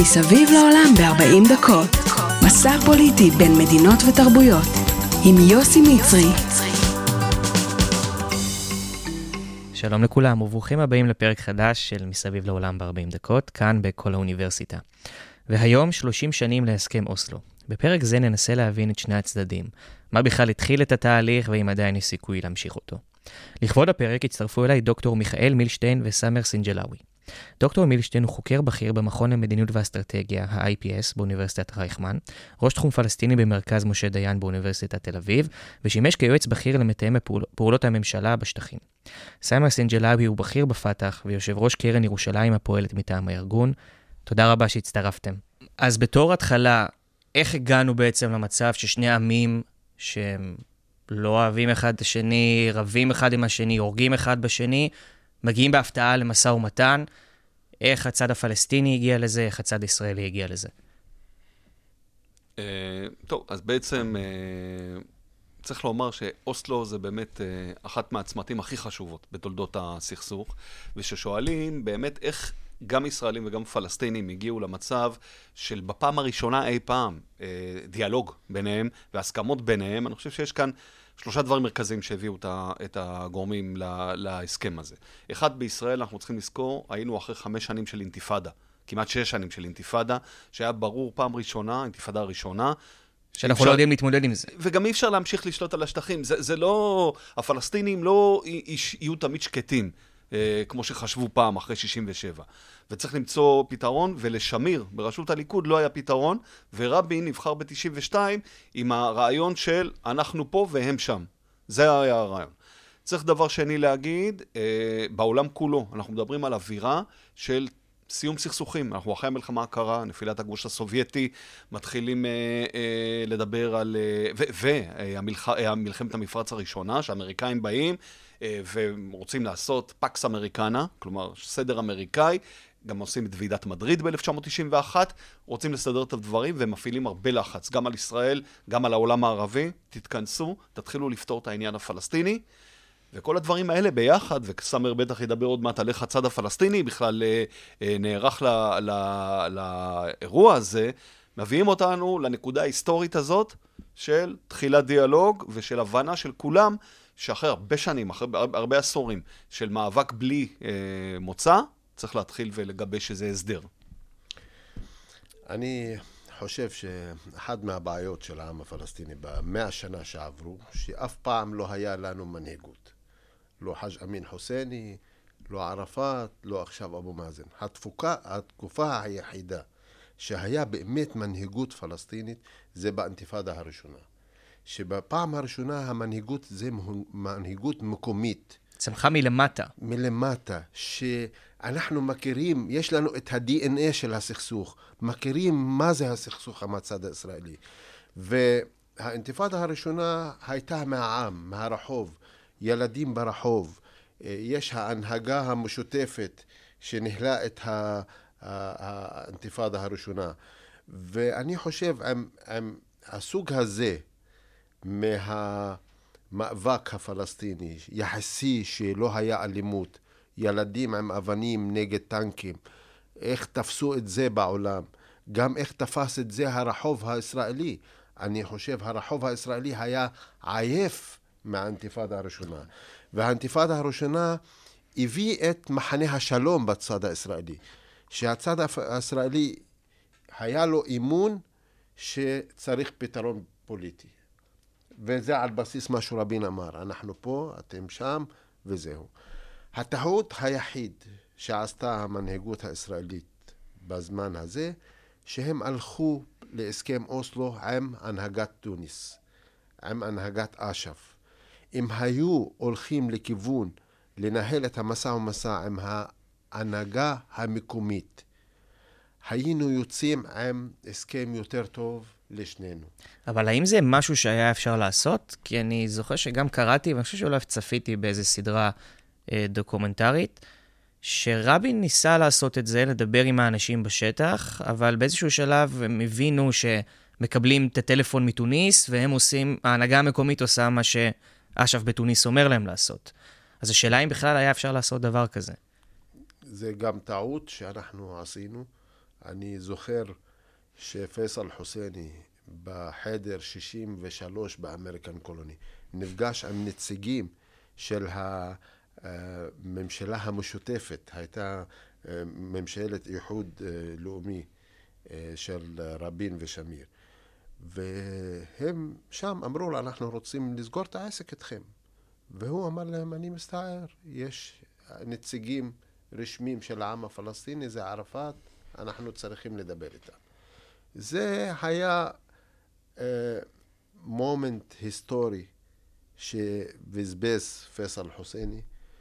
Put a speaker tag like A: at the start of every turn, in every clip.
A: מסביב לעולם ב-40 דקות. מסע פוליטי בין מדינות ותרבויות. עם יוסי מצרי.
B: שלום לכולם וברוכים הבאים לפרק חדש של מסביב לעולם ב-40 דקות, כאן בכל האוניברסיטה. והיום 30 שנים להסכם אוסלו. בפרק זה ננסה להבין את שני הצדדים, מה בכלל התחיל את התהליך ואם עדיין יש סיכוי להמשיך אותו. לכבוד הפרק הצטרפו אליי דוקטור מיכאל מילשטיין וסאמר סינג'לאווי. דוקטור מילשטיין הוא חוקר בכיר במכון למדיניות ואסטרטגיה, ה-IPS, באוניברסיטת רייכמן, ראש תחום פלסטיני במרכז משה דיין באוניברסיטת תל אביב, ושימש כיועץ בכיר למתאם פעולות הממשלה בשטחים. סאמר סינג'לאווי הוא בכיר בפתח ויושב ראש קרן ירושלים הפועלת מטעם הארגון. תודה רבה שהצטרפתם. אז בתור התחלה, איך הגענו בעצם למצב ששני עמים שהם לא אוהבים אחד את השני, רבים אחד עם השני, הורגים אחד בשני, מגיעים בהפתעה למשא ומתן? איך הצד הפלסטיני הגיע לזה, איך הצד הישראלי הגיע לזה?
C: טוב, אז בעצם צריך לומר שאוסלו זה באמת אחת מהצמתים הכי חשובות בתולדות הסכסוך, וששואלים באמת איך גם ישראלים וגם פלסטינים הגיעו למצב של בפעם הראשונה אי פעם דיאלוג ביניהם והסכמות ביניהם. אני חושב שיש כאן שלושה דברים מרכזיים שהביאו את הגורמים להסכם הזה. אחד, בישראל אנחנו צריכים לזכור, היינו אחרי 5 שנים של אינתיפאדה, כמעט 6 שנים של אינתיפאדה, שהיה ברור פעם ראשונה, אינתיפאדה הראשונה,
B: שאנחנו לא יודעים להתמודד עם זה.
C: וגם אי אפשר להמשיך לשלוט על השטחים. זה לא, הפלסטינים לא יהיו תמיד שקטים, כמו שחשבו פעם אחרי 67. וצריך למצוא פתרון, ולשמיר בראשות הליכוד לא היה פתרון, ורבין נבחר ב-92 עם הרעיון של אנחנו פה והם שם. זה היה הרעיון. צריך דבר שני להגיד, בעולם כולו אנחנו מדברים על אווירה של סיום סכסוכים. אנחנו אחרי המלחמה הקרה, נפילת הגוש הסובייטי, מתחילים לדבר על, ומלחמת המפרץ הראשונה, שהאמריקאים באים ורוצים לעשות פקס אמריקנה, כלומר סדר אמריקאי, גם עושים את ועידת מדריד ב-1991, רוצים לסדר את הדברים ומפעילים הרבה לחץ, גם על ישראל, גם על העולם הערבי. תתכנסו, תתחילו לפתור את העניין הפלסטיני, וכל הדברים האלה ביחד, וסאמר בטח ידבר עוד מעט על איך הצד הפלסטיני בכלל נערך לאירוע הזה, מביאים אותנו לנקודה ההיסטורית הזאת של תחילת דיאלוג ושל הבנה של כולם, שאחרי הרבה שנים, אחרי הרבה עשורים של מאבק בלי מוצא, צריך להתחיל ולגבש איזה הסדר.
D: אני חושב שאחד מהבעיות של העם הפלסטיני ב100 שנה שעברו, שאף פעם לא היה לנו מנהיגות. לא חאג' אמין חוסייני, לא ערפאת, לא עכשיו אבו מאזן. התקופה היחידה שהיה באמת מנהיגות פלסטינית זה באינתיפאדה הראשונה. שבפעם הראשונה המנהיגות זה מנהיגות מקומית.
B: צמחה מלמטה.
D: מלמטה, שאנחנו מכירים, יש לנו את ה-DNA של הסכסוך, מכירים מה זה הסכסוך מהצד הישראלי. והאינתיפאדה הראשונה הייתה מהעם, מהרחוב, ילדים ברחוב. יש ההנהגה המשותפת שניהלה את האינתיפאדה הראשונה. ואני חושב עם הסוג הזה מהמאבק הפלסטיני, יחסי שלא היה אלימות, ילדים עם אבנים נגד טנקים, איך תפסו את זה בעולם, גם איך תפס את זה הרחוב הישראלי. אני חושב הרחוב הישראלי היה עייף מהאינתיפאדה הראשונה. והאינתיפאדה הראשונה הביא את מחנה השלום בצד הישראלי. שהצד הישראלי היה לו אמון שצריך פתרון פוליטי. וזה על בסיס מה שרבין אמר. אנחנו פה, אתם שם, וזהו. הטעות היחיד שעשתה המנהיגות הישראלית בזמן הזה, שהם הלכו להסכם אוסלו עם הנהגת טוניס, עם הנהגת אש"ף. אם היו הולכים לכיוון לנהל את המשא ומסע עם ההנהגה המקומית, היינו יוצאים עם הסכם יותר טוב לשנינו.
B: אבל האם זה משהו שהיה אפשר לעשות? כי אני זוכר שגם קראתי, ואני חושב שאולי צפיתי באיזו סדרה דוקומנטרית, שרבין ניסה לעשות את זה, לדבר עם האנשים בשטח, אבל באיזשהו שלב הם הבינו שמקבלים את הטלפון מתוניס, והם עושים, ההנהגה המקומית עושה מה שאש"ף בתוניס אומר להם לעשות. אז השאלה אם בכלל היה אפשר לעשות דבר כזה.
D: זה גם טעות שאנחנו עשינו. אני זוכר שפייסל חוסייני בחדר 63 באמריקן קולוני נפגש עם נציגים של הממשלה המשותפת, הייתה ממשלת איחוד לאומי של רבין ושמיר, והם שם אמרו לו, אנחנו רוצים לסגור את העסק איתכם, והוא אמר להם, אני מסתער, יש נציגים רשמיים של העם הפלסטיני, זה ערפאת, אנחנו צריכים לדבר איתם. זה היה מומנט היסטורי שבזבז פייסל חוסייני,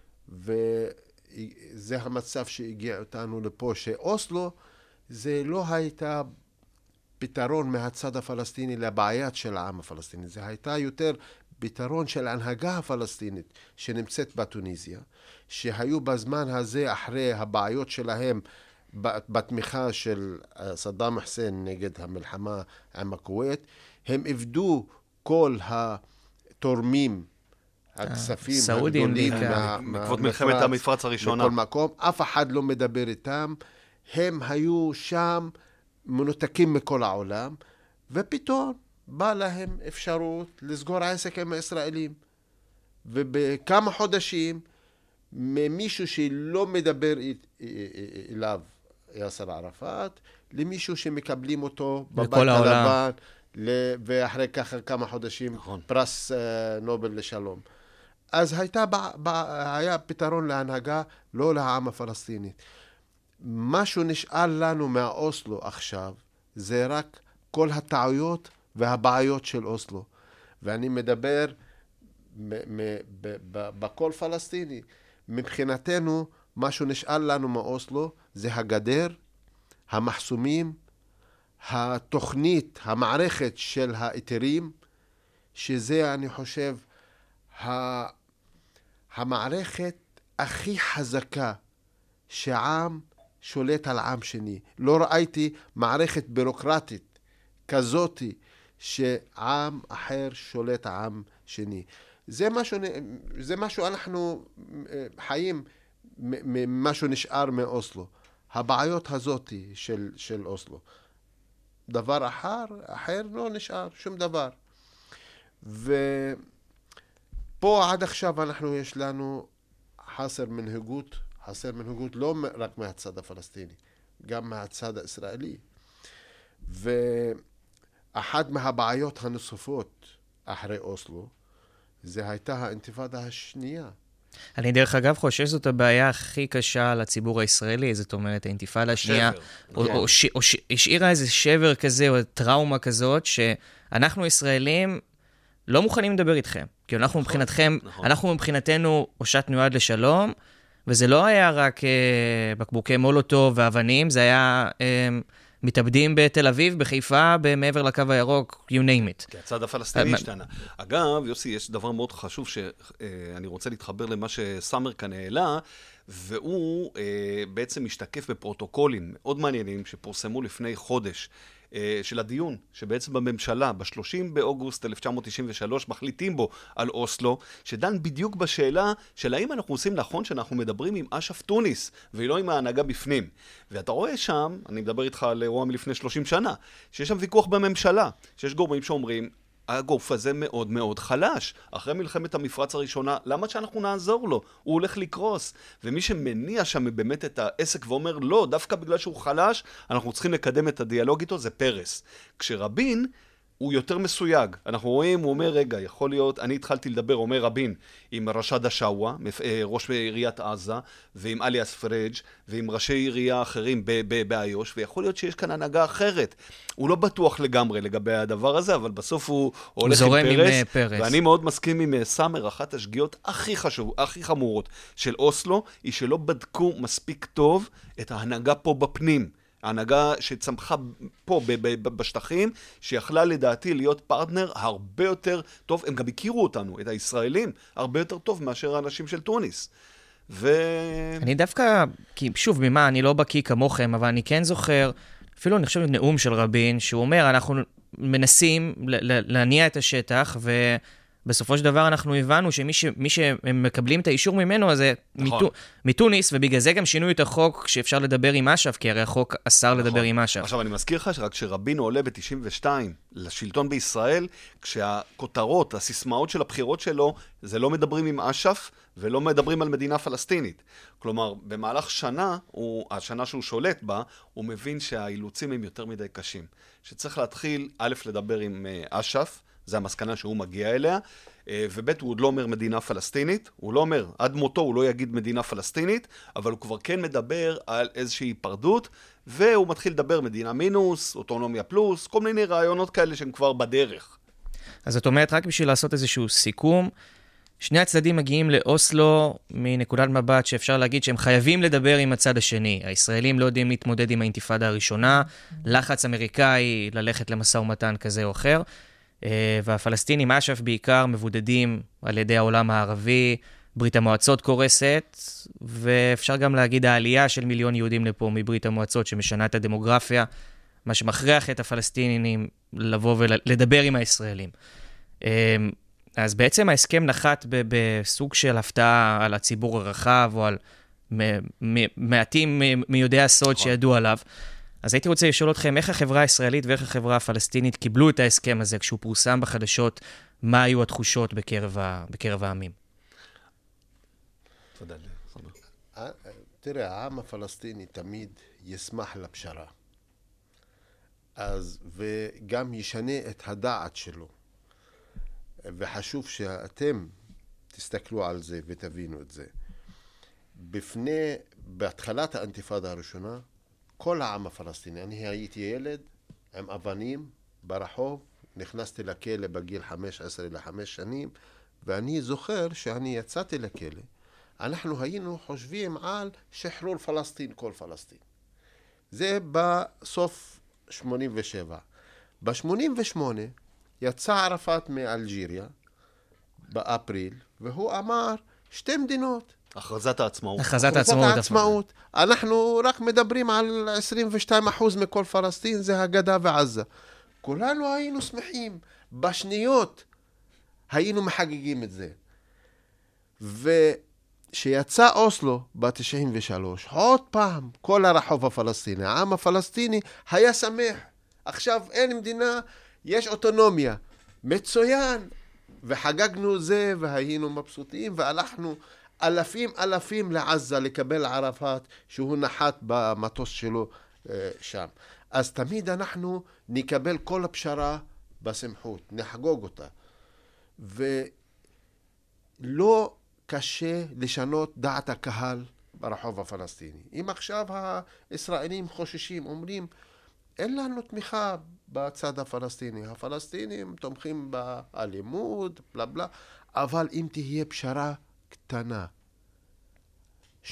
D: וזה המצב שהגיע אותנו לפה, שאוסלו זה לא הייתה פתרון מהצד הפלסטיני לבעיית של העם הפלסטיני, זה הייתה יותר פתרון של ההנהגה הפלסטינית שנמצאת בתוניסיה, שהיו בזמן הזה אחרי הבעיות שלהם בתמיכה של סדאם חוסיין נגד המלחמה עם הכווית, הם עבדו כל התורמים, הכספים הגדולים
C: בעקבות מלחמת המפרץ הראשונה.
D: בכל מקום, אף אחד לא מדבר איתם, הם היו שם מנותקים מכל העולם, ופתאום בא להם אפשרות לסגור עסק עם הישראלים. ובכמה חודשים, ממישהו שלא מדבר אליו, יאסר ערפאת, למישהו שמקבלים אותו בבית הלבן, ואחרי כמה חודשים פרס נובל לשלום. אז היה פתרון להנהגה, לא לעם הפלסטיני. משהו נשאר לנו מהאוסלו עכשיו, זה רק כל הטעויות והבעיות של אוסלו. ואני מדבר בכל פלסטיני. מבחינתנו, משהו נשאר לנו מאוסלו, זה הגדר, המחסומים, התוכנית, המערכת של היתרים, שזה, אני חושב, המערכת הכי חזקה שעם שולט על עם שני. לא ראיתי מערכת בירוקרטית כזאת שעם אחר שולט על עם שני. זה משהו אנחנו חיים, משהו נשאר מאוסלו. הבעיות הזאת של אוסלו. דבר אחר לא נשאר, שום דבר. ופה עד עכשיו יש לנו חסר מנהיגות לא רק מהצד הפלסטיני, גם מהצד הישראלי. ואחת מהבעיות הנוספות אחרי אוסלו, זה הייתה האינתיפאדה השנייה.
B: אני דרך אגב חושב שזאת הבעיה הכי קשה לציבור הישראלי, זאת אומרת, האינתיפאדה השנייה, או השאירה איזה שבר כזה, או טראומה כזאת, שאנחנו ישראלים לא מוכנים לדבר איתכם. כי אנחנו מבחינתכם, אנחנו מבחינתנו הושט מיועד לשלום, וזה לא היה רק בקבוקי מולוטוב ואבנים, זה היה מתאבדים בתל אביב, בחיפה, מעבר לקו הירוק, you name it.
C: כי הצד הפלסטיני השתנה. אגב, יוסי, יש דבר מאוד חשוב שאני רוצה להתחבר למה שסאמר כאן העלה, והוא בעצם משתקף בפרוטוקולים מאוד מעניינים שפורסמו לפני חודש, של הדיון, שבעצם בממשלה, ב-30 באוגוסט 1993, מחליטים בו על אוסלו, שדן בדיוק בשאלה של האם אנחנו עושים נכון שאנחנו מדברים עם אש"ף טוניס, ולא עם ההנהגה בפנים. ואתה רואה שם, אני מדבר איתך על אירוע מלפני 30 שנה, שיש שם ויכוח בממשלה, שיש גורמים שאומרים, הגוף הזה מאוד מאוד חלש. אחרי מלחמת המפרץ הראשונה, למה שאנחנו נעזור לו? הוא הולך לקרוס. ומי שמניע שם באמת את העסק ואומר, לא, דווקא בגלל שהוא חלש, אנחנו צריכים לקדם את הדיאלוג איתו, זה פרס. כשרבין, הוא יותר מסויג. אנחנו רואים, הוא אומר, רגע, יכול להיות, אני התחלתי לדבר, אומר רבין, עם רשד השאווה, ראש עיריית עזה, ועם אליאס פרג' ועם ראשי עירייה אחרים באיו"ש, ויכול להיות שיש כאן הנהגה אחרת. הוא לא בטוח לגמרי לגבי הדבר הזה, אבל בסוף הוא הולך עם פרס. ואני מאוד מסכים עם סאמר, אחת השגיאות הכי חמורות של אוסלו, היא שלא בדקו מספיק טוב את ההנהגה פה בפנים. ההנהגה שצמחה פה בשטחים, שיכלה לדעתי להיות פרטנר הרבה יותר טוב, הם גם הכירו אותנו, את הישראלים, הרבה יותר טוב מאשר האנשים של טוניס.
B: אני דווקא, כי שוב, ממה, אני לא בקיא כמוכם, אבל אני כן זוכר, אפילו אני חושב נאום של רבין, שהוא אומר, אנחנו מנסים להניע את השטח, בסופו של דבר אנחנו הבנו שמי שהם מקבלים את האישור ממנו, אז זה
C: נכון.
B: מתוניס, ובגלל זה גם שינו את החוק שאפשר לדבר עם אש"ף, כי הרי החוק אסר לדבר עם אש"ף.
C: עכשיו אני מזכיר לך שרק כשרבין עולה ב-92 לשלטון בישראל, כשהכותרות, הסיסמאות של הבחירות שלו, זה לא מדברים עם אש"ף ולא מדברים על מדינה פלסטינית. כלומר, במהלך שנה, השנה שהוא שולט בה, הוא מבין שהאילוצים הם יותר מדי קשים. שצריך להתחיל, א', לדבר עם אש"ף, זה המסקנה שהוא מגיע אליה, וב' הוא עוד לא אומר מדינה פלסטינית, הוא לא אומר, עד מותו הוא לא יגיד מדינה פלסטינית, אבל הוא כבר כן מדבר על איזושהי היפרדות, והוא מתחיל לדבר מדינה מינוס, אוטונומיה פלוס, כל מיני רעיונות כאלה שהם כבר בדרך.
B: אז זאת אומרת, רק בשביל לעשות איזשהו סיכום, שני הצדדים מגיעים לאוסלו מנקודת מבט שאפשר להגיד שהם חייבים לדבר עם הצד השני. הישראלים לא יודעים להתמודד עם האינתיפאדה הראשונה, לחץ אמריקאי ללכת למשא ומתן כזה או אחר, והפלסטינים, אש"ף בעיקר, מבודדים על ידי העולם הערבי, ברית המועצות קורסת, ואפשר גם להגיד העלייה של 1,000,000 יהודים לפה מברית המועצות שמשנה את הדמוגרפיה, מה שמכריח את הפלסטינים לבוא ולדבר עם הישראלים. אז בעצם ההסכם נחת בסוג של הפתעה על הציבור הרחב, או על מעטים מיודעי הסוד שידעו עליו. אז הייתי רוצה לשאול אתכם, איך החברה הישראלית ואיך החברה הפלסטינית קיבלו את ההסכם הזה, כשהוא פורסם בחדשות, מה היו התחושות בקרב העמים?
C: תודה לי.
D: תראה, העם הפלסטיני תמיד ישמח לפשרה. וגם ישנה את הדעת שלו. וחשוב שאתם תסתכלו על זה ותבינו את זה. בהתחלת האינתיפאדה הראשונה, כל העם הפלסטיני, אני הייתי ילד עם אבנים ברחוב, נכנסתי לכלא בגיל 15 ל5 שנים, ואני זוכר שאני יצאתי לכלא, אנחנו היינו חושבים על שחרור פלסטין, כל פלסטין. זה בסוף 87. ב-88 יצא ערפאת מאלג'יריה באפריל, והוא אמר 2 מדינות.
C: הכרזת העצמאות.
B: הכרזת העצמאות.
D: אנחנו רק מדברים על 22% מכל פלסטין, זה הגדה ועזה. כולנו היינו שמחים. בשניות היינו מחגגים את זה. ושיצא אוסלו ב-93, עוד פעם, כל הרחוב הפלסטיני, העם הפלסטיני היה שמח. עכשיו אין מדינה, יש אוטונומיה. מצוין. וחגגנו זה והיינו מבסוטים והלכנו אלפים לעזה לקבל ערפאת שהוא נחת במטוס שלו שם. אז תמיד אנחנו נקבל כל הפשרה בשמחות, נחגוג אותה. ולא קשה לשנות דעת הקהל ברחוב הפלסטיני. אם עכשיו הישראלים חוששים, אומרים, אין לנו תמיכה בצד הפלסטיני. הפלסטינים תומכים באלימות, בלה בלה, אבל אם תהיה פשרה קטנה, 80-90%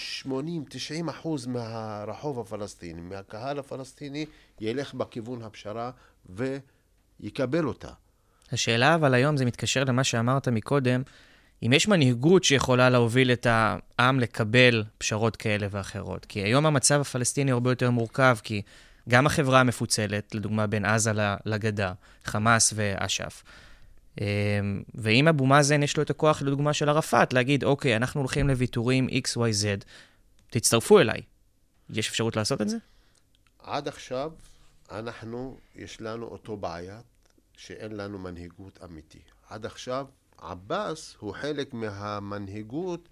D: מהרחוב הפלסטיני, מהקהל הפלסטיני, ילך בכיוון הפשרה ויקבל אותה.
B: השאלה אבל היום זה מתקשר למה שאמרת מקודם, אם יש מנהיגות שיכולה להוביל את העם לקבל פשרות כאלה ואחרות. כי היום המצב הפלסטיני הרבה יותר מורכב, כי גם החברה המפוצלת, לדוגמה בין עזה לגדה, חמאס ואש"ף. ואם אבו מאזן יש לו את הכוח לדוגמה של ערפאת, להגיד, אוקיי, אנחנו הולכים לוויתורים XYZ, תצטרפו אליי. יש אפשרות לעשות את זה?
D: עד עכשיו יש לנו אותו בעיה שאין לנו מנהיגות אמיתי. עד עכשיו עבאס הוא חלק מהמנהיגות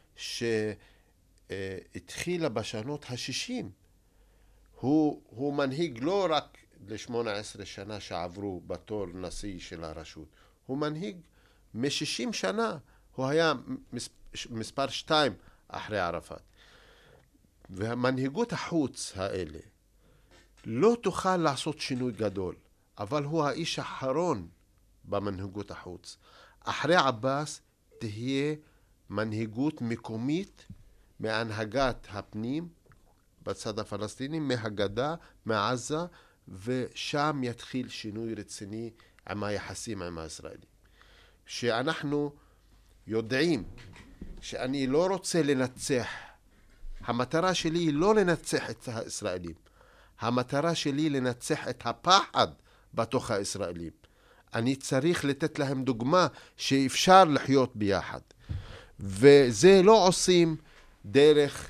D: שהתחילה בשנות ה-60. הוא מנהיג לא רק ל-18 שנה שעברו בתור נשיא של הרשות. הוא מנהיג מ-60 שנה. הוא היה מספר 2 אחרי ערפאת. והמנהיגות החוץ האלה לא תוכל לעשות שינוי גדול, אבל הוא האיש האחרון במנהיגות החוץ. אחרי עבאס תהיה מנהיגות מקומית מהנהגת הפנים בצד הפלסטיני, מהגדה, מעזה, ושם יתחיל שינוי רציני עם היחסים עם הישראלים. שאנחנו יודעים שאני לא רוצה לנצח. המטרה שלי היא לא לנצח את הישראלים. המטרה שלי לנצח את הפחד בתוך הישראלים. אני צריך לתת להם דוגמה שאפשר לחיות ביחד. וזה לא עושים דרך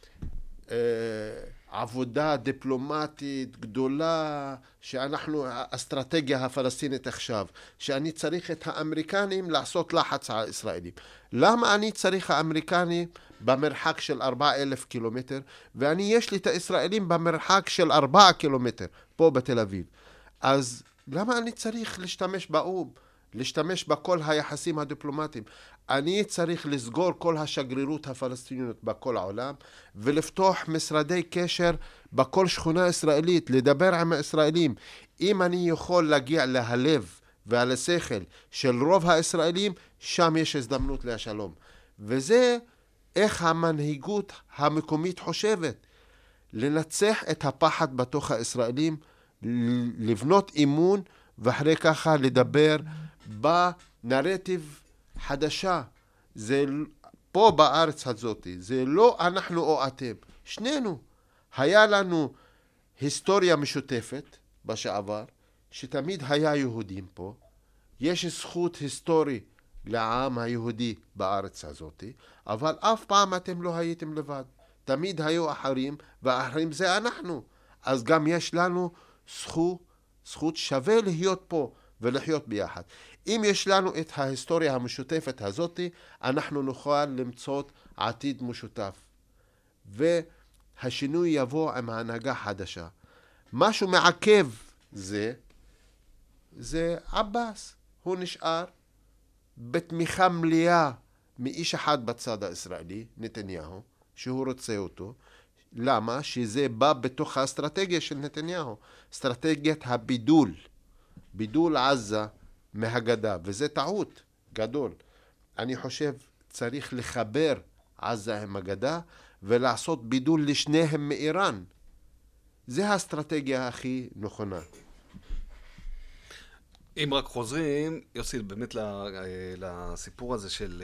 D: עבודה דיפלומטית גדולה, שאנחנו, האסטרטגיה הפלסטינית עכשיו, שאני צריך את האמריקנים לעשות לחץ על הישראלים. למה אני צריך האמריקנים במרחק של 4,000 קילומטר, ואני יש לי את הישראלים במרחק של 4 קילומטר, פה בתל אביב? אז למה אני צריך להשתמש באום, להשתמש בכל היחסים הדיפלומטיים? אני צריך לסגור כל השגרירות הפלסטיניות בכל העולם, ולפתוח משרדי קשר בכל שכונה ישראלית, לדבר עם הישראלים. אם אני יכול להגיע להלב ולשכל של רוב הישראלים, שם יש הזדמנות לשלום. וזה איך המנהיגות המקומית חושבת. לנצח את הפחד בתוך הישראלים, לבנות אמון, ואחרי ככה לדבר בנרטיב חדשה. זה פה בארץ הזאת, זה לא אנחנו או אתם, שנינו. היה לנו היסטוריה משותפת בשעבר, שתמיד היה יהודים פה. יש זכות היסטורי לעם היהודי בארץ הזאת, אבל אף פעם אתם לא הייתם לבד. תמיד היו אחרים, והאחרים זה אנחנו. אז גם יש לנו זכות שווה להיות פה ולחיות ביחד. אם יש לנו את ההיסטוריה המשותפת הזאת, אנחנו נוכל למצוא עתיד משותף. והשינוי יבוא עם ההנהגה חדשה. משהו מעכב זה עבאס. הוא נשאר בתמיכה מלאה מאיש אחד בצד הישראלי, נתניהו, שהוא רוצה אותו. למה? שזה בא בתוך האסטרטגיה של נתניהו. אסטרטגיית הבידול. בידול עזה מהגדה, וזה טעות גדול. אני חושב צריך לחבר עזה עם הגדה ולעשות בידול לשניהם מאיראן. זה האסטרטגיה הכי נכונה.
C: אם רק חוזרים, יוסי, באמת לסיפור הזה של,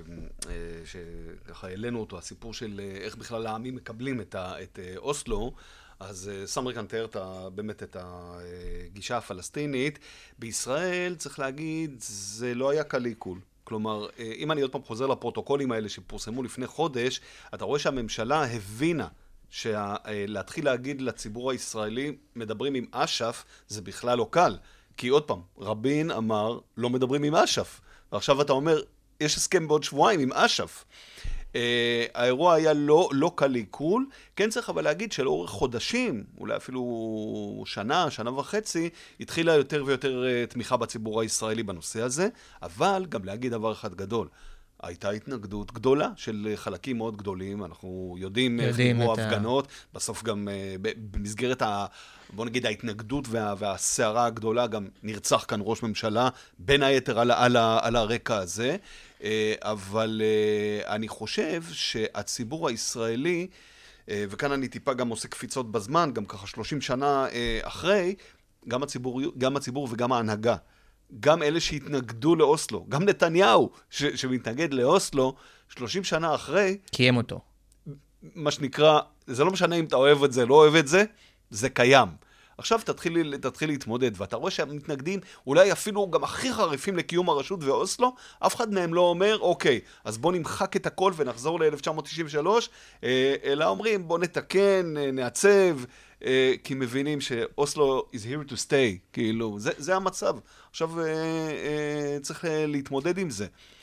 C: שככה העלינו אותו, הסיפור של איך בכלל העמים מקבלים את אוסלו, אז סמרי כאן תיאר באמת את הגישה הפלסטינית. בישראל, צריך להגיד, זה לא היה קל עיכול. כלומר, אם אני עוד פעם חוזר לפרוטוקולים האלה שפורסמו לפני חודש, אתה רואה שהממשלה הבינה שלהתחיל להגיד לציבור הישראלי, מדברים עם אש"ף, זה בכלל לא קל. כי עוד פעם, רבין אמר, לא מדברים עם אש"ף. ועכשיו אתה אומר, יש הסכם בעוד שבועיים עם אש"ף. האירוע היה לא קל לעיכול. כן צריך אבל להגיד שלאורך חודשים, אולי אפילו שנה וחצי, התחילה יותר ויותר תמיכה בציבור הישראלי בנושא הזה. אבל גם להגיד דבר אחד גדול. הייתה התנגדות גדולה של חלקים מאוד גדולים, אנחנו יודעים איך נראו ההפגנות, בסוף גם במסגרת, בוא נגיד, ההתנגדות והסערה הגדולה, גם נרצח כאן ראש ממשלה, בין היתר על הרקע הזה, אבל אני חושב שהציבור הישראלי, וכאן אני טיפה גם עושה קפיצות בזמן, גם ככה 30 שנה אחרי, גם הציבור וגם ההנהגה, גם אלה שהתנגדו לאוסלו, גם נתניהו שמתנגד לאוסלו, 30 שנה אחרי,
B: קיים אותו.
C: מה שנקרא, זה לא משנה אם אתה אוהב את זה, לא אוהב את זה, זה קיים. עכשיו תתחיל להתמודד, ואתה רואה שהמתנגדים אולי אפילו גם הכי חריפים לקיום הרשות ואוסלו, אף אחד מהם לא אומר, אוקיי, אז בוא נמחק את הכל ונחזור ל-1993, אלא אומרים, בוא נתקן, נעצב, כי מבינים שאוסלו is here to stay, כאילו, זה המצב. עכשיו צריך להתמודד עם זה.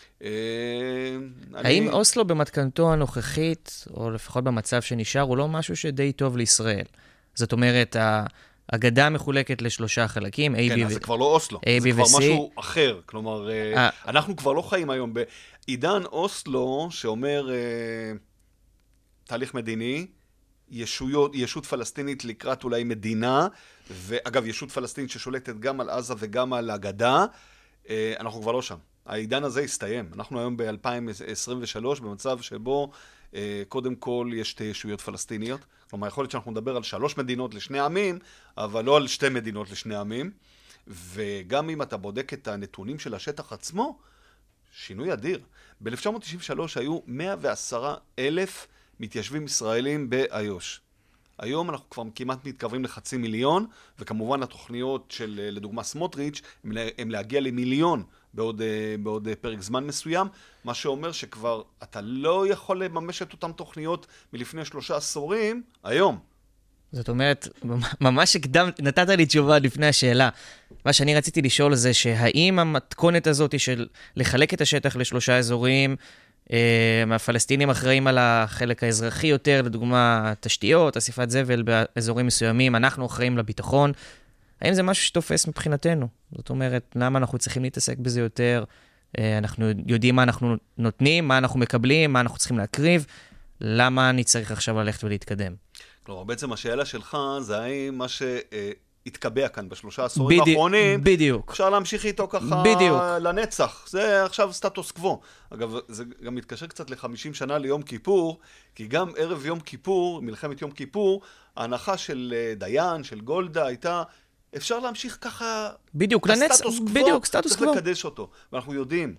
B: האם אוסלו במתכנתו הנוכחית, או לפחות במצב שנשאר, הוא לא משהו שדי טוב לישראל? זאת אומרת, הגדה מחולקת לשלושה חלקים, A, B ו-C.
C: כן, אז זה כבר לא אוסלו, זה כבר משהו אחר. כלומר, אנחנו כבר לא חיים היום בעידן אוסלו, שאומר תהליך מדיני, ישות פלסטינית לקראת אולי מדינה, ואגב, ישות פלסטינית ששולטת גם על עזה וגם על הגדה, אנחנו כבר לא שם. העידן הזה הסתיים. אנחנו היום ב-2023 במצב שבו קודם כל יש שתי ישויות פלסטיניות. כלומר, יכול להיות שאנחנו נדבר על 3 מדינות לשני עמים, אבל לא על 2 מדינות לשני עמים. וגם אם אתה בודק את הנתונים של השטח עצמו, שינוי אדיר. ב-1993 היו 110,000 מתיישבים ישראלים באיו"ש. היום אנחנו כבר כמעט מתקרבים ל500,000, וכמובן התוכניות של, לדוגמה סמוטריץ', הם להגיע ל1,000,000 בעוד פרק זמן מסוים, מה שאומר שכבר אתה לא יכול לממש את אותן תוכניות מלפני 3 עשורים, היום.
B: זאת אומרת, ממש נתת לי תשובה לפני השאלה. מה שאני רציתי לשאול זה שהאם המתכונת הזאת של לחלק את השטח ל3 אזורים, הפלסטינים אחראים על החלק האזרחי יותר, לדוגמה תשתיות, אסיפת זבל באזורים מסוימים, אנחנו אחראים לביטחון, האם זה משהו שתופס מבחינתנו? זאת אומרת, למה אנחנו צריכים להתעסק בזה יותר? אנחנו יודעים מה אנחנו נותנים, מה אנחנו מקבלים, מה אנחנו צריכים להקריב, למה אני צריך עכשיו ללכת ולהתקדם?
C: כלומר, בעצם השאלה שלך זה האם מה שהתקבע כאן ב3 עשורים האחרונים,
B: בדיוק.
C: אפשר להמשיך איתו ככה
B: בדיוק.
C: לנצח. זה עכשיו סטטוס קוו. אגב, זה גם מתקשר קצת ל50 שנה ליום כיפור, כי גם ערב יום כיפור, מלחמת יום כיפור, ההנחה של דיין, של גולדה, הייתה אפשר להמשיך ככה...
B: בדיוק, לנצח, בדיוק, סטטוס קוו.
C: צריך לקדש אותו. ואנחנו יודעים,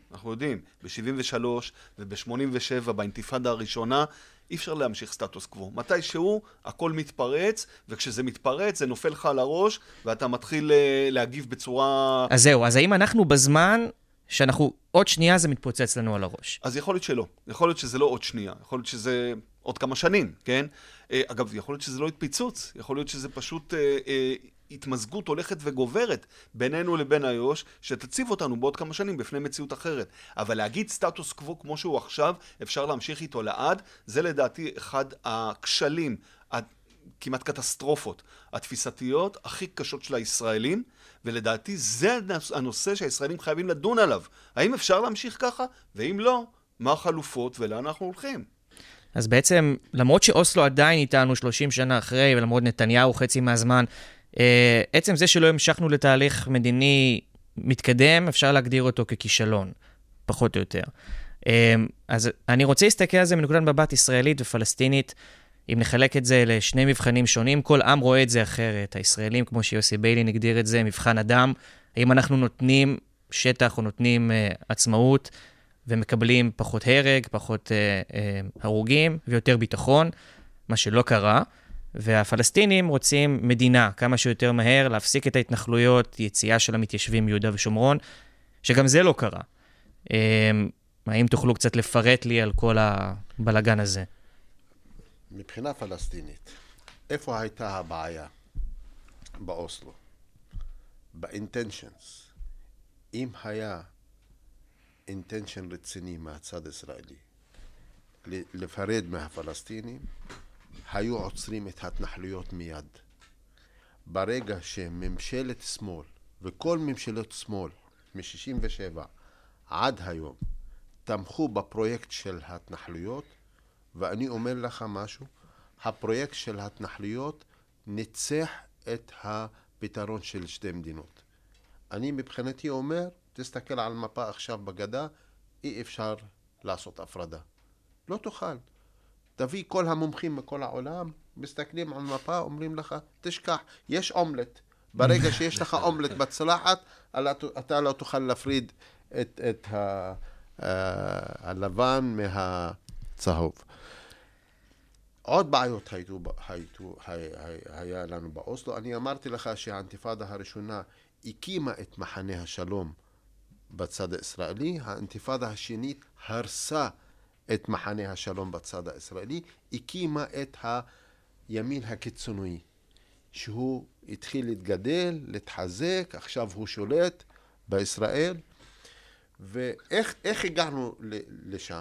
C: ב-73 וב-87, באינתיפאדה הראשונה, אי אפשר להמשיך סטטוס קוו. מתי שהוא, הכל מתפרץ, וכשזה מתפרץ, זה נופל לך על הראש, ואתה מתחיל להגיב בצורה...
B: אז זהו, אז האם אנחנו בזמן שאנחנו עוד שנייה זה מתפוצץ לנו על הראש?
C: אז יכול להיות שלא. יכול להיות שזה לא עוד שנייה. יכול להיות שזה עוד כמה שנים, כן? אגב, יכול להיות שזה לא התפיצוץ. יכול להיות שזה פשוט... התמזגות הולכת וגוברת בינינו לבין איו"ש, שתציב אותנו בעוד כמה שנים בפני מציאות אחרת. אבל להגיד סטטוס קוו כמו שהוא עכשיו, אפשר להמשיך איתו לעד, זה לדעתי אחד הכשלים, כמעט קטסטרופות, התפיסתיות הכי קשות של הישראלים, ולדעתי זה הנושא שהישראלים חייבים לדון עליו. האם אפשר להמשיך ככה? ואם לא, מה החלופות ולאן אנחנו הולכים?
B: אז בעצם, למרות שאוסלו עדיין איתנו 30 שנה אחרי, ולמרות נתניהו חצי מהזמן, עצם זה שלא המשכנו לתהליך מדיני מתקדם, אפשר להגדיר אותו ככישלון, פחות או יותר. אז אני רוצה להסתכל על זה מנקודת מבט ישראלית ופלסטינית, אם נחלק את זה לשני מבחנים שונים, כל עם רואה את זה אחרת. הישראלים, כמו שיוסי ביילין הגדיר את זה, מבחן אדם, האם אנחנו נותנים שטח או נותנים עצמאות, ומקבלים פחות הרג, פחות הרוגים ויותר ביטחון, מה שלא קרה. והפלסטינים רוצים מדינה כמה שיותר מהר, להפסיק את ההתנחלויות, יציאה של המתיישבים מיהודה ושומרון, שגם זה לא קרה. האם תוכלו קצת לפרט לי על כל הבלגן הזה?
D: מבחינה פלסטינית, איפה הייתה הבעיה באוסלו? באינטנשנס. אם היה אינטנשן רציני מהצד הישראלי לפרד מהפלסטינים, היו עוצרים את ההתנחלויות מיד. ברגע שממשלת שמאל, וכל ממשלות שמאל, מ-67 עד היום, תמכו בפרויקט של ההתנחלויות, ואני אומר לך משהו, הפרויקט של ההתנחלויות ניצח את הפתרון של שתי מדינות. אני מבחינתי אומר, תסתכל על מפה עכשיו בגדה, אי אפשר לעשות הפרדה. לא תוכל. תביא כל המומחים מכל העולם, מסתכלים על מפה, אומרים לך, תשכח, יש אומלט. ברגע שיש לך אומלט בצלחת, אתה לא תוכל להפריד את הלבן מהצהוב. עוד בעיות היה לנו באוסלו. אני אמרתי לך שהאינתיפאדה הראשונה הקימה את מחנה השלום בצד הישראלי, האינתיפאדה השנית הרסה את מחנה השלום בצד הישראלי, הקימה את הימין הקיצוני, שהוא התחיל להתגדל, להתחזק, עכשיו הוא שולט בישראל. ואיך הגענו לשם?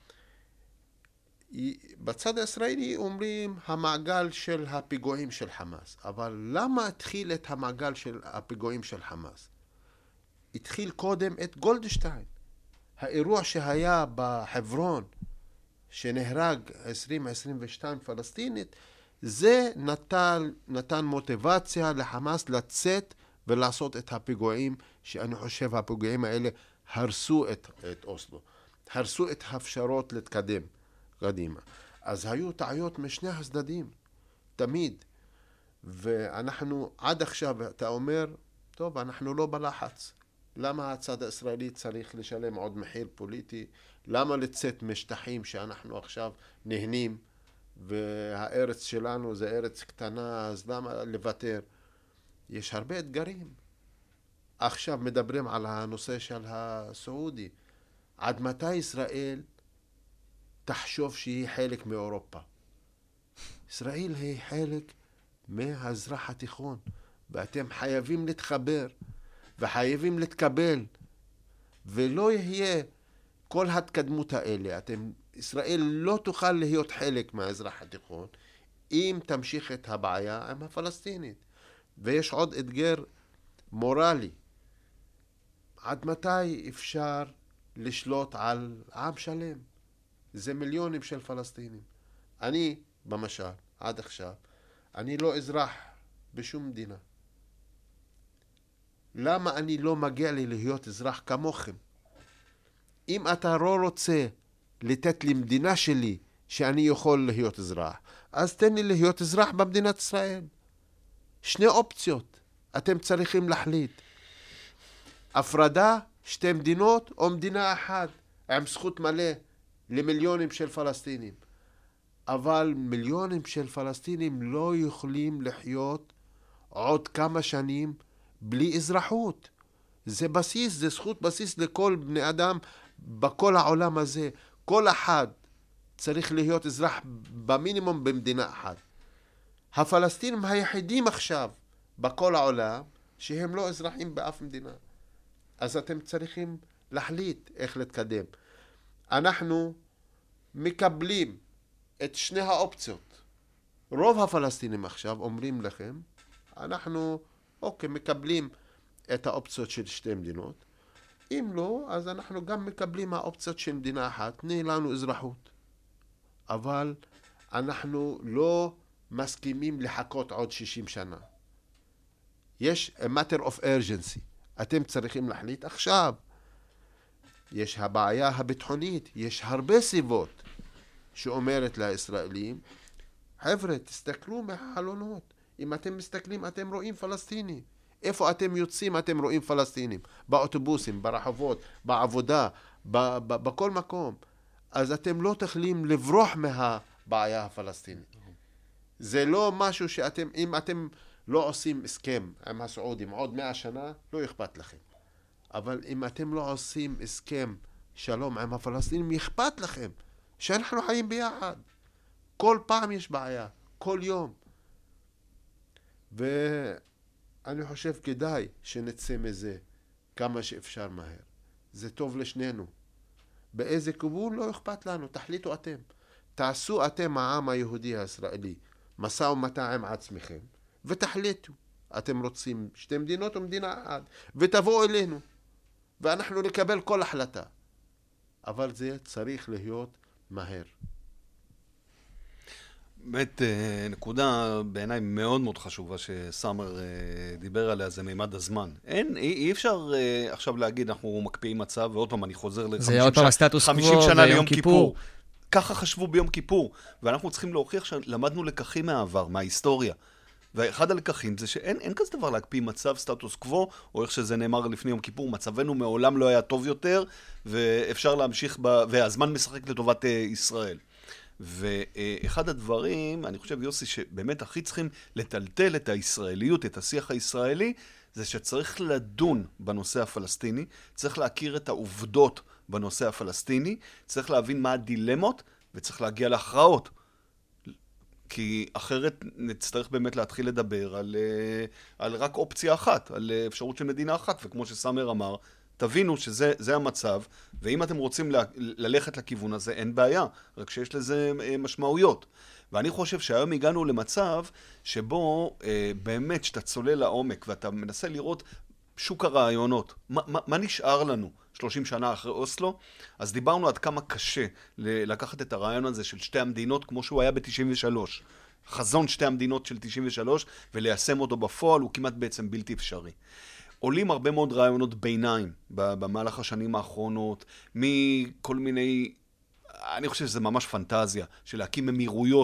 D: בצד הישראלי אומרים המעגל של הפיגועים של חמאס. אבל למה התחיל את המעגל של הפיגועים של חמאס? התחיל קודם את גולדשטיין. האירוע שהיה בחברון, שנהרג 22 פלסטינית, זה נתן מוטיבציה לחמאס לצאת ולעשות את הפיגועים, שאני חושב הפיגועים האלה הרסו את אוסלו. הרסו את האפשרות להתקדם קדימה. אז היו טעויות משני הצדדים, תמיד. ואנחנו עד עכשיו, אתה אומר, טוב, אנחנו לא בלחץ. למה הצד הישראלי צריך לשלם עוד מחיר פוליטי? למה לצאת משטחים שאנחנו עכשיו נהנים והארץ שלנו זה ארץ קטנה, אז למה לוותר? יש הרבה אתגרים. עכשיו מדברים על הנושא של הסעודי. עד מתי ישראל תחשוב שהיא חלק מאירופה? ישראל היא חלק מהמזרח התיכון, ואתם חייבים להתחבר וחייבים להתקבל, ולא יהיה כל התקדמות האלה. ישראל לא תוכל להיות חלק מהמזרח התיכון אם תמשיך את הבעיה עם הפלסטינית. ויש עוד אתגר מורלי. עד מתי אפשר לשלוט על עם שלם? זה מיליונים של פלסטינים. אני, במשל, עד עכשיו, אני לא אזרח בשום מדינה. למה אני לא מגיע לי להיות אזרח כמוכם? אם אתה לא רוצה לתת לי מדינה שלי שאני יכול להיות אזרח, אז תן לי להיות אזרח במדינת ישראל. שני אופציות. אתם צריכים להחליט. הפרדה, שתי מדינות, או מדינה אחת, עם זכות מלא למיליונים של פלסטינים. אבל מיליונים של פלסטינים לא יכולים לחיות עוד כמה שנים בלי אזרחות. זה בסיס, זה זכות בסיס לכל בני אדם בכל העולם הזה. כל אחד צריך להיות אזרח במינימום במדינה אחת. הפלסטינים היחידים עכשיו בכל העולם שהם לא אזרחים באף מדינה. אז אתם צריכים להחליט איך להתקדם. אנחנו מקבלים את שני האופציות. רוב הפלסטינים עכשיו אומרים לכם, אנחנו מקבלים את האופציות של שתי מדינות. אם לא, אז אנחנו גם מקבלים האופציות של מדינה אחת, תני לנו אזרחות. אבל אנחנו לא מסכימים לחכות עוד 60 שנה. יש a matter of urgency. אתם צריכים להחליט עכשיו. יש הבעיה הביטחונית, יש הרבה סיבות שאומרת לישראלים, חבר'ה, תסתכלו מהחלונות. אם אתם מסתכלים, אתם רואים פלסטינים. איפה אתם יוצאים, אתם רואים פלסטינים. באוטובוסים, ברחובות, בעבודה, בכל מקום. אז אתם לא תוכלים לברוח מהבעיה הפלסטינית. זה לא משהו שאתם, אם אתם לא עושים הסכם עם הסעודים עוד 100 שנה, לא אכפת לכם. אבל אם אתם לא עושים הסכם שלום עם הפלסטינים, אכפת לכם שאנחנו חיים ביחד. כל פעם יש בעיה, כל יום. ואני חושב כדאי שנצא מזה כמה שאפשר מהר. זה טוב לשנינו. באיזה כיוון לא אכפת לנו, תחליטו אתם. תעשו אתם העם היהודי הישראלי משא ומתן עם עצמכם, ותחליטו. אתם רוצים שתי מדינות או מדינה אחת, ותבואו אלינו, ואנחנו נקבל כל החלטה. אבל זה צריך להיות מהר.
C: באמת, נקודה בעיניי מאוד מאוד חשובה שסאמר דיבר עליה, זה מימד הזמן. אי אפשר עכשיו להגיד, אנחנו מקפיאים מצב, ועוד פעם אני חוזר ל-50 שנה ליום כיפור. ככה חשבו ביום כיפור, ואנחנו צריכים להוכיח שלמדנו לקחים מהעבר, מההיסטוריה. ואחד הלקחים זה שאין כזה דבר להקפיא מצב סטטוס קוו, או איך שזה נאמר לפני יום כיפור, מצבנו מעולם לא היה טוב יותר, ואפשר להמשיך, והזמן משחק לטובת ישראל. ואחד הדברים, אני חושב יוסי, שבאמת הכי צריכים לטלטל את הישראליות, את השיח הישראלי, זה שצריך לדון בנושא הפלסטיני, צריך להכיר את העובדות בנושא הפלסטיני, צריך להבין מה הדילמות, וצריך להגיע להכרעות. כי אחרת נצטרך באמת להתחיל לדבר על רק אופציה אחת, על אפשרות של מדינה אחת, וכמו שסאמר אמר, תבינו שזה המצב, ואם אתם רוצים ללכת לכיוון הזה, אין בעיה, רק שיש לזה משמעויות. ואני חושב שהיום הגענו למצב שבו באמת שאתה צולל לעומק, ואתה מנסה לראות שוק הרעיונות, מה נשאר לנו 30 שנה אחרי אוסלו? אז דיברנו עד כמה קשה לקחת את הרעיון הזה של שתי המדינות, כמו שהוא היה ב-93. חזון שתי המדינות של 93, וליישם אותו בפועל הוא כמעט בעצם בלתי אפשרי. עולים הרבה מאוד רעיונות ביניים במהלך השנים האחרונות, מכל מיני, אני חושב שזה ממש פנטזיה, של להקים אמירויות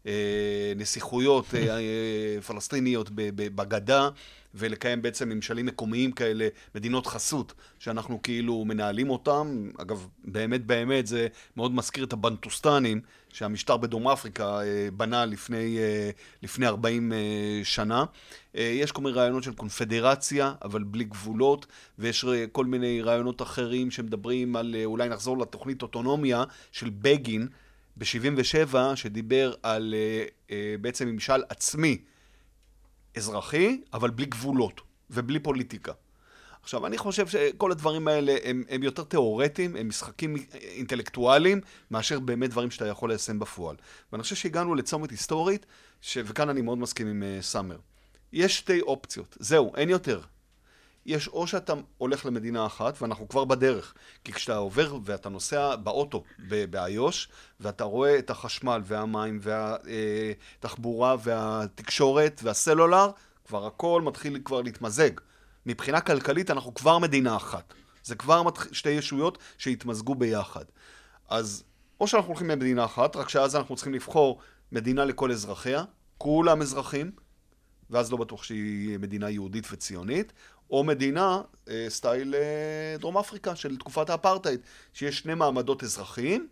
C: נסיכויות פלסטיניות בגדה, ולקיים בעצם ממשלים מקומיים כאלה, מדינות חסות, שאנחנו כאילו מנהלים אותם. אגב, באמת זה מאוד מזכיר את הבנטוסטנים, שהמשטר בדרום אפריקה בנה לפני 40 שנה. יש כל מיני רעיונות של קונפדרציה, אבל בלי גבולות, ויש כל מיני רעיונות אחרים שמדברים על, אולי נחזור לתוכנית אוטונומיה של בגין, ב-77, שדיבר על בעצם ממשל עצמי אזרחי, אבל בלי גבולות ובלי פוליטיקה. עכשיו, אני חושב שכל הדברים האלה הם יותר תיאורטיים, הם משחקים אינטלקטואליים, מאשר באמת דברים שאתה יכול ליישם בפועל. ואני חושב שהגענו לצומת היסטורית, וכאן אני מאוד מסכים עם סאמר. יש שתי אופציות, זהו, אין יותר. יש או שאתה הולך למדינה אחת, ואנחנו כבר בדרך. כי כשאתה עובר ואתה נוסע באוטו באיו"ש, ואתה רואה את החשמל והמים והתחבורה והתקשורת והסלולר, כבר הכל מתחיל כבר להתמזג. מבחינה כלכלית אנחנו כבר מדינה אחת. זה כבר שתי ישויות שהתמזגו ביחד. אז או שאנחנו הולכים למדינה אחת, רק שאז אנחנו צריכים לבחור מדינה לכל אזרחיה, כולם אזרחים, ואז לא בטוח שהיא מדינה יהודית וציונית, או מדינה סטייל דרום אפריקה של תקופת האפרטהייד, שיש שני מעמדות אזרחיים,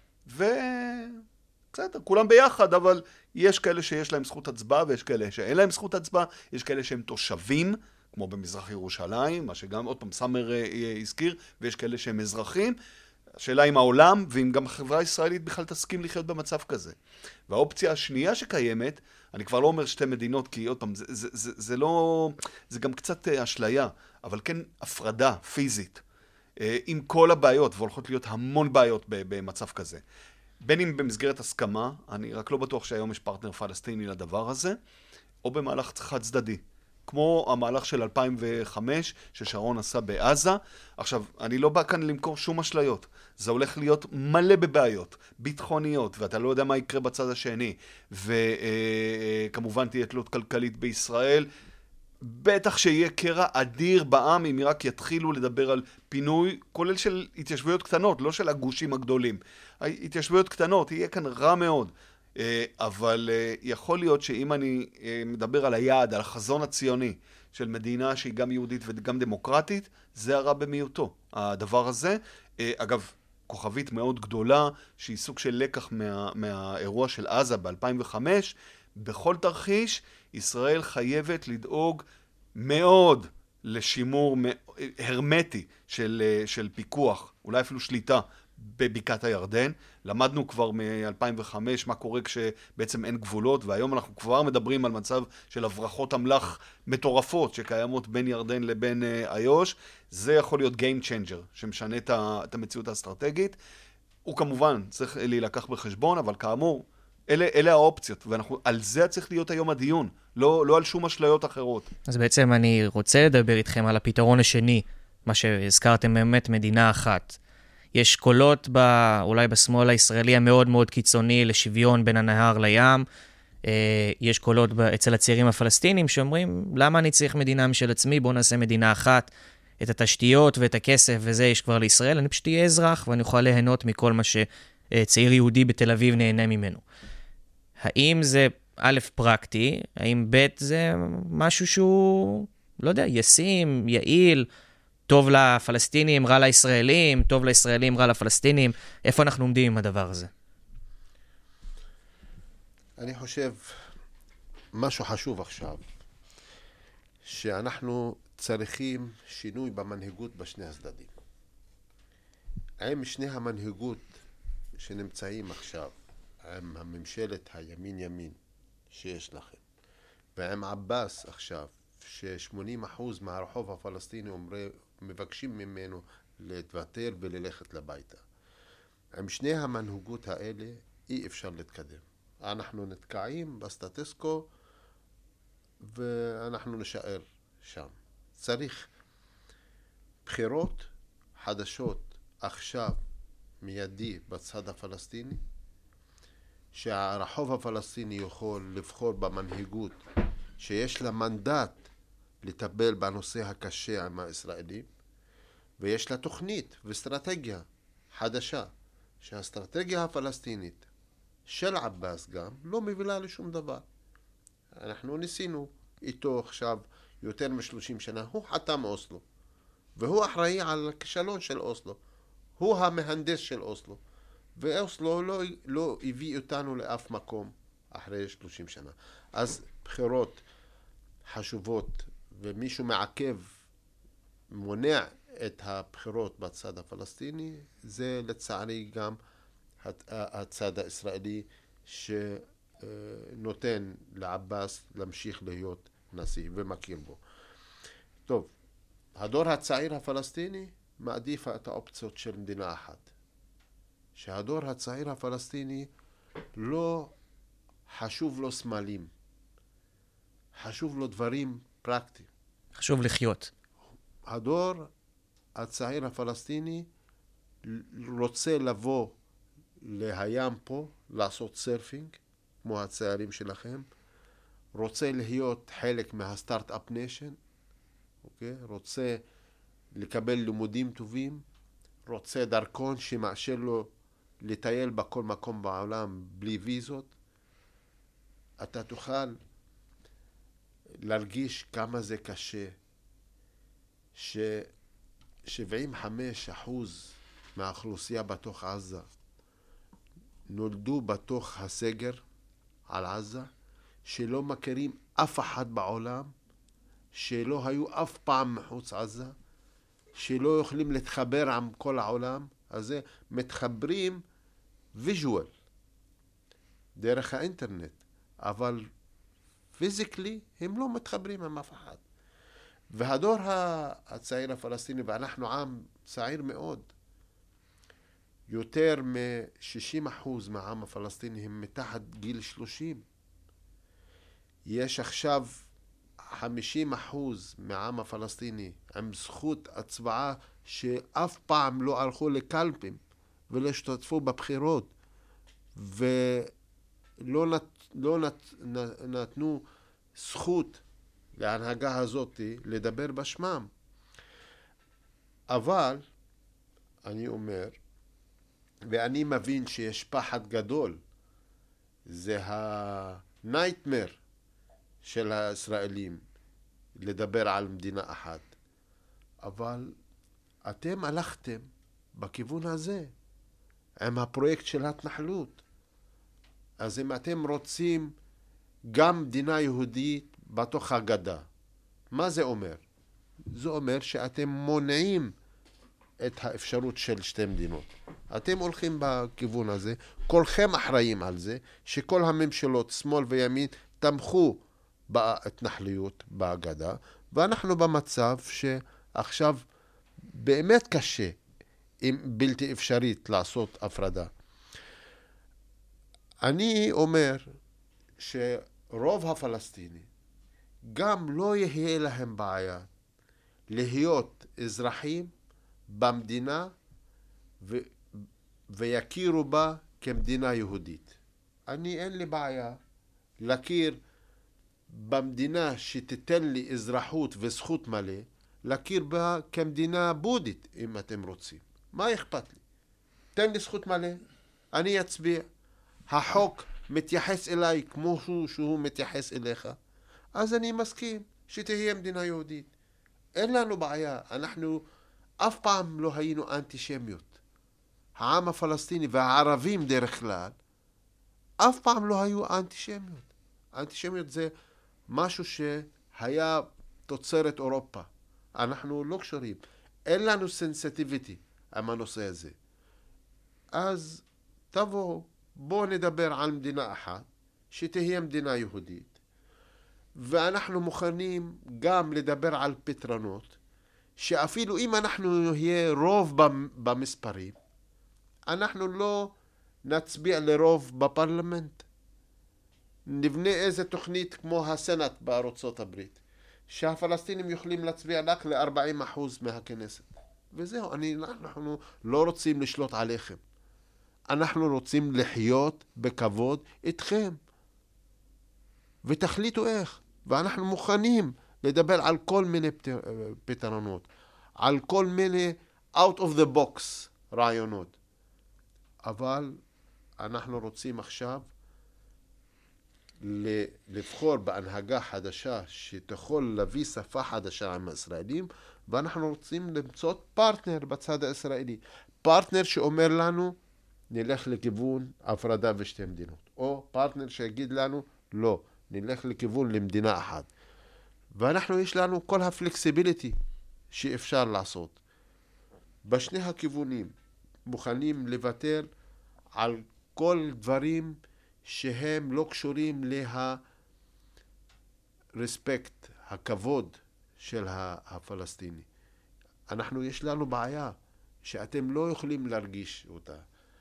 C: בסדר, כולם ביחד, אבל יש כאלה שיש להם זכות הצבעה, ויש כאלה שאין להם זכות הצבעה, יש כאלה שהם תושבים, כמו במזרח ירושלים, מה שגם עוד פעם סאמר הזכיר, ויש כאלה שהם אזרחים. השאלה אם העולם, ואם גם החברה הישראלית בכלל תסכים לחיות במצב כזה. והאופציה השנייה שקיימת, אני כבר לא אומר שתי מדינות, כי עוד פעם, זה לא, זה גם קצת אשליה, אבל כן הפרדה פיזית, עם כל הבעיות, והולכות להיות המון בעיות במצב כזה. בין אם במסגרת הסכמה, אני רק לא בטוח שהיום יש פרטנר פלסטיני לדבר הזה, או במהלך חד צדדי. כמו המהלך של 2005 ששרון עשה בעזה. עכשיו, אני לא בא כאן למכור שום אשליות. זה הולך להיות מלא בבעיות, ביטחוניות, ואתה לא יודע מה יקרה בצד השני. וכמובן תהיה תלות כלכלית בישראל. בטח שיהיה קרע אדיר בעם אם רק יתחילו לדבר על פינוי, כולל של התיישבויות קטנות, לא של הגושים הגדולים. התיישבויות קטנות, יהיה כאן רע מאוד. אבל יכול להיות שאם אני מדבר על היעד, על החזון הציוני של מדינה שהיא גם יהודית וגם דמוקרטית, זה הרע במיעוטו. הדבר הזה, אגב, כוכבית מאוד גדולה, שהיא סוג של לקח מהאירוע של עזה ב-2005, בכל תרחיש, ישראל חייבת לדאוג מאוד לשימור הרמטי של פיקוח, אולי אפילו שליטה, בבקעת הירדן. למדנו כבר מ-2005 מה קורה כשבעצם אין גבולות, והיום אנחנו כבר מדברים על מצב של הברחות אמל"ח מטורפות שקיימות בין ירדן לבין איו"ש. זה יכול להיות game changer שמשנה את המציאות האסטרטגית. הוא כמובן צריך להילקח בחשבון, אבל כאמור, אלה האופציות, ועל זה צריך להיות היום הדיון, לא על שום אשליות אחרות.
B: אז בעצם אני רוצה לדבר איתכם על הפתרון השני, מה שהזכרתם באמת מדינה אחת. יש קולות אולי בשמאל הישראלי המאוד מאוד קיצוני לשוויון בין הנהר לים. יש קולות אצל הצעירים הפלסטינים שאומרים, למה אני צריך מדינה משל עצמי? בואו נעשה מדינה אחת. את התשתיות ואת הכסף וזה יש כבר לישראל. אני פשוט אהיה אזרח ואני אוכל ליהנות מכל מה שצעיר יהודי בתל אביב נהנה ממנו. האם זה א' פרקטי? האם ב' זה משהו שהוא, לא יודע, ישים, יעיל, טוב לפלסטינים, רע לישראלים, טוב לישראלים, רע לפלסטינים? איפה אנחנו עומדים עם הדבר הזה?
D: אני חושב, משהו חשוב עכשיו, שאנחנו צריכים שינוי במנהיגות בשני הצדדים. עם שני המנהיגות שנמצאים עכשיו, עם הממשלת הימין שיש לכם, ועם עבאס עכשיו, ש80% מהרחוב הפלסטיני מבקשים ממנו להתוותר וללכת לביתה. עם שני המנהיגות האלה אי אפשר להתקדם. אנחנו נתקעים בסטטוס-קוו ואנחנו נשאר שם. צריך בחירות חדשות עכשיו מיידי בצד הפלסטיני, שהרחוב הפלסטיני יכול לבחור במנהיגות שיש לה מנדט לטפל בנושא הקשה עם הישראלים, ויש לה תוכנית ואסטרטגיה חדשה, שהאסטרטגיה הפלסטינית של עבאס גם לא מובילה לשום דבר. אנחנו ניסינו איתו עכשיו יותר מ-30 שנה, הוא חתם אוסלו, והוא אחראי על הכישלון של אוסלו, הוא המהנדס של אוסלו, ואוסלו לא הביא אותנו לאף מקום אחרי 30 שנה. אז בחירות חשובות, ומישהו מעכב, מונע את הבחירות בצד הפלסטיני, זה לצערי גם הצד הישראלי שנותן לעבאס להמשיך להיות נשיא ומכיר בו. טוב, הדור הצעיר הפלסטיני מעדיף את האופציות של מדינה אחת. שהדור הצעיר הפלסטיני לא חשוב לו סמלים, חשוב לו דברים פרקטיים.
B: חשוב לחיות.
D: הדור הצעיר הפלסטיני רוצה לבוא להים פה, לעשות סרפינג, כמו הצעירים שלכם, רוצה להיות חלק מהסטארט-אפ ניישן, אוקיי? רוצה לקבל לימודים טובים, רוצה דרכון שמאשר לו לטייל בכל מקום בעולם בלי ויזות. אתה תוכל להרגיש כמה זה קשה ש-75% מהאוכלוסייה בתוך עזה נולדו בתוך הסגר על עזה, שלא מכירים אף אחד בעולם, שלא היו אף פעם מחוץ עזה, שלא יכולים להתחבר עם כל העולם, אז זה מתחברים ויז'ואל, דרך האינטרנט, אבל פיזיקלי הם לא מתחברים עם אף אחד. והדור הצעיר הפלסטיני, ואנחנו עם צעיר מאוד, יותר מ-60% מהעם הפלסטיני הם מתחת גיל 30. יש עכשיו 50% מהעם הפלסטיני עם זכות הצבעה שאף פעם לא הלכו לקלפים ולא השתתפו בבחירות ולא נתנו זכות להנהגה הזאת לדבר בשמם. אבל אני אומר, ואני מבין שיש פחד גדול, זה הנייטמר של הישראלים לדבר על מדינה אחת. אבל אתם הלכתם בכיוון הזה, עם הפרויקט של התנחלות. אז אם אתם רוצים גם מדינה יהודית בתוך הגדה, מה זה אומר? זה אומר שאתם מונעים את האפשרות של שתי מדינות. אתם הולכים בכיוון הזה, כולכם אחראים על זה, שכל הממשלות, שמאל וימין, תמכו בהתנחלויות בהגדה, ואנחנו במצב שעכשיו באמת קשה, אם בלתי אפשרית, לעשות הפרדה. אני אומר שרוב הפלסטינים גם לא יהיה להם בעיה להיות אזרחים במדינה ויכירו בה כמדינה יהודית. אין לי בעיה להכיר במדינה שתיתן לי אזרחות וזכות מלא, להכיר בה כמדינה בודית, אם אתם רוצים. מה אכפת לי? תן לי זכות מלא, אני אצביע. החוק מתייחס אליי כמו שהוא מתייחס אליך, אז אני מסכים שתהיה מדינה יהודית. אין לנו בעיה, אנחנו אף פעם לא היינו אנטישמיות. העם הפלסטיני והערבים דרך כלל, אף פעם לא היו אנטישמיות. אנטישמיות זה משהו שהיה תוצרת אירופה. אנחנו לא קשורים. אין לנו סנסיטיביטי עם הנושא הזה. אז בואו נדבר על מדינה אחת, שתהיה מדינה יהודית, ואנחנו מוכנים גם לדבר על פתרונות, שאפילו אם אנחנו נהיה רוב במספרים, אנחנו לא נצביע לרוב בפרלמנט. נבנה איזה תוכנית כמו הסנאט בארצות הברית, שהפלסטינים יכולים להצביע רק ל-40% מהכנסת. וזהו, אנחנו לא רוצים לשלוט עליכם. אנחנו רוצים לחיות בכבוד איתכם. ותחליטו איך. ואנחנו מוכנים לדבר על כל מיני פתרונות, על כל מיני out of the box רעיונות. אבל אנחנו רוצים עכשיו לבחור בהנהגה חדשה שתוכל להביא שפה חדשה עם הישראלים, ואנחנו רוצים למצוא פרטנר בצד הישראלי. פרטנר שאומר לנו, נלך לכיוון הפרדה ושתי מדינות. או פרטנר שיגיד לנו, לא, נלך לכיוון למדינה אחת. ואנחנו יש לנו כל הפלקסיביליטי שאפשר לעשות. בשני הכיוונים מוכנים לוותר על כל דברים שהם לא קשורים רספקט, הכבוד של הפלסטיני. יש לנו בעיה שאתם לא יכולים להרגיש אותה.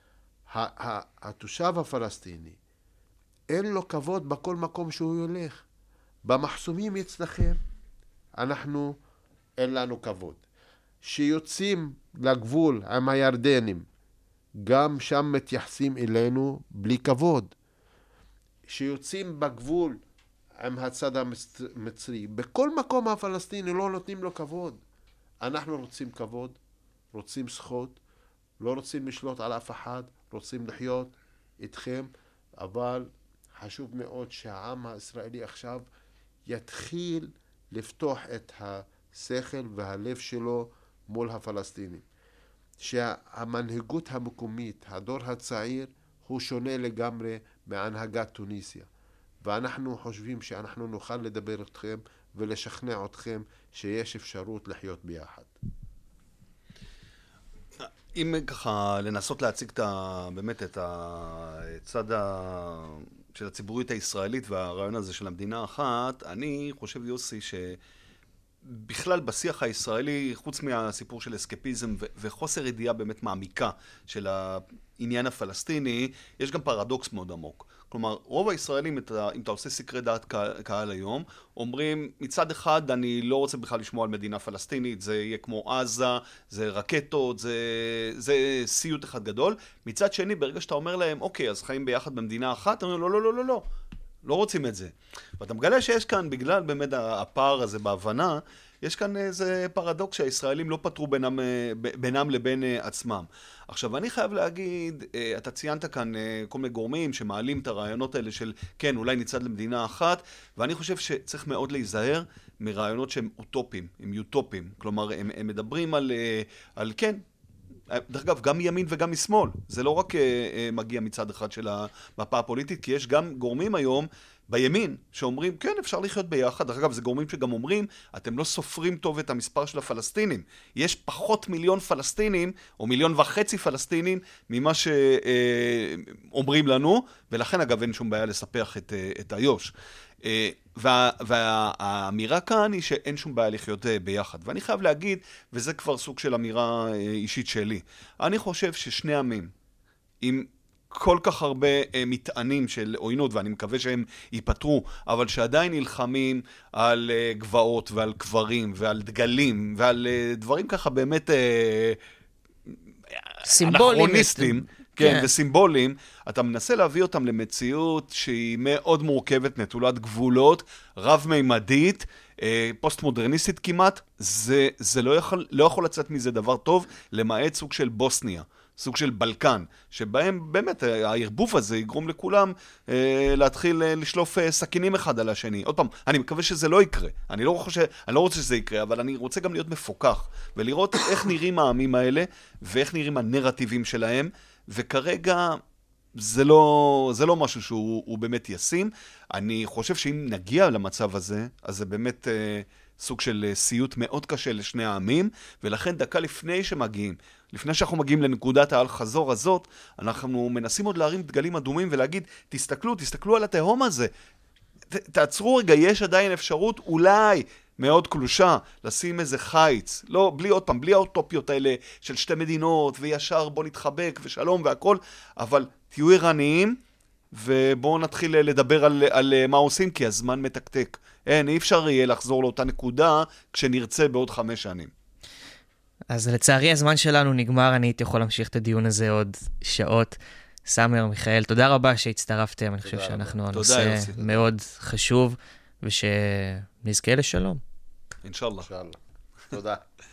D: התושב הפלסטיני, אין לו כבוד בכל מקום שהוא ילך. במחסומים אצלכם, אין לנו כבוד. שיוצאים לגבול עם הירדנים, גם שם מתייחסים אלינו בלי כבוד. שיוצאים בגבול עם הצד המצרי, בכל מקום הפלסטיני לא נותנים לו כבוד. אנחנו רוצים כבוד, רוצים זכות, לא רוצים לשלוט על אף אחד, רוצים לחיות איתכם, אבל חשוב מאוד שהעם הישראלי עכשיו יתחיל לפתוח את השכל והלב שלו מול הפלסטינים. שהמנהיגות המקומית, הדור הצעיר, הוא שונה לגמרי מהנהגת טוניסיה. ואנחנו חושבים שאנחנו נוכל לדבר אתכם ולשכנע אתכם שיש אפשרות לחיות ביחד.
C: אם ככה לנסות להציג באמת את הצד של הציבורית הישראלית והרעיון הזה של המדינה האחת, אני חושב, יוסי, שבכלל בשיח הישראלי, חוץ מהסיפור של אסקפיזם וחוסר ידיעה באמת מעמיקה של העניין הפלסטיני, יש גם פרדוקס מאוד עמוק. כלומר, רוב הישראלים, אם אתה עושה סקרי דעת קהל היום, אומרים, מצד אחד, אני לא רוצה בכלל לשמוע על מדינה פלסטינית, זה יהיה כמו עזה, זה רקטות, זה סיוט אחד גדול. מצד שני, ברגע שאתה אומר להם, אוקיי, אז חיים ביחד במדינה אחת, אתה אומר, לא, לא, לא, לא, לא, לא רוצים את זה. ואתה מגלה שיש כאן, בגלל באמת הפער הזה בהבנה, יש כאן איזה פרדוקס שהישראלים לא פתרו בינם לבין עצמם. עכשיו, אני חייב להגיד, אתה ציינת כאן כל מיני גורמים שמעלים את הרעיונות האלה של, כן, אולי נצעד למדינה אחת, ואני חושב שצריך מאוד להיזהר מרעיונות שהם אוטופיים, הם יוטופיים. כלומר, הם מדברים על כן, דרך אגב, גם מימין וגם משמאל. זה לא רק מגיע מצד אחד של המפה הפוליטית, כי יש גם גורמים היום בימין שאומרים, כן, אפשר לחיות ביחד. דרך אגב, זה גורמים שגם אומרים, אתם לא סופרים טוב את המספר של הפלסטינים. יש פחות 1,000,000 פלסטינים, או 1,500,000 פלסטינים, ממה שאומרים לנו, ולכן, אגב, אין שום בעיה לספח את איו"ש. והאמירה כאן היא שאין שום בעיה לחיות ביחד. ואני חייב להגיד, וזה כבר סוג של אמירה אישית שלי, אני חושב ששני עמים, עם כל כך הרבה מטענים של עוינות, ואני מקווה שהם ייפטרו, אבל שעדיין נלחמים על גבעות ועל קברים ועל דגלים ועל דברים ככה באמת אנכרוניסטים, כן, וסימבולים, אתה מנסה להביא אותם למציאות שהיא מאוד מורכבת, נטולת גבולות, רב-מימדית, פוסט-מודרניסטית כמעט, זה לא יכול לצאת מזה דבר טוב, למעט סוג של בוסניה. סוג של בלקן, שבהם באמת הערבוב הזה יגרום לכולם להתחיל לשלוף סכינים אחד על השני. עוד פעם, אני מקווה שזה לא יקרה. אני לא רוצה שזה יקרה, אבל אני רוצה גם להיות מפוקח, ולראות איך נראים העמים האלה, ואיך נראים הנרטיבים שלהם, וכרגע זה לא משהו שהוא באמת ישים. אני חושב שאם נגיע למצב הזה, אז זה באמת סוג של סיוט מאוד קשה לשני העמים, ולכן דקה לפני שמגיעים, לפני שאנחנו מגיעים לנקודת העל חזור הזאת, אנחנו מנסים עוד להרים דגלים אדומים ולהגיד, תסתכלו על התהום הזה. תעצרו רגע, יש עדיין אפשרות אולי מאוד קלושה, לשים איזה חיץ. לא, בלי האוטופיות האלה של שתי מדינות, וישר בוא נתחבק ושלום והכל, אבל תהיו ערניים, ובואו נתחיל לדבר על מה עושים, כי הזמן מתקתק. אי אפשר יהיה לחזור לאותה נקודה כשנרצה בעוד 5 שנים.
B: אז לצערי הזמן שלנו נגמר, אני הייתי יכול להמשיך את הדיון הזה עוד שעות. סאמר, מיכאל, תודה רבה שהצטרפתם, אני חושב שאנחנו הנושא מאוד חשוב, ושנזכה לשלום.
C: אינשאללה.
D: תודה.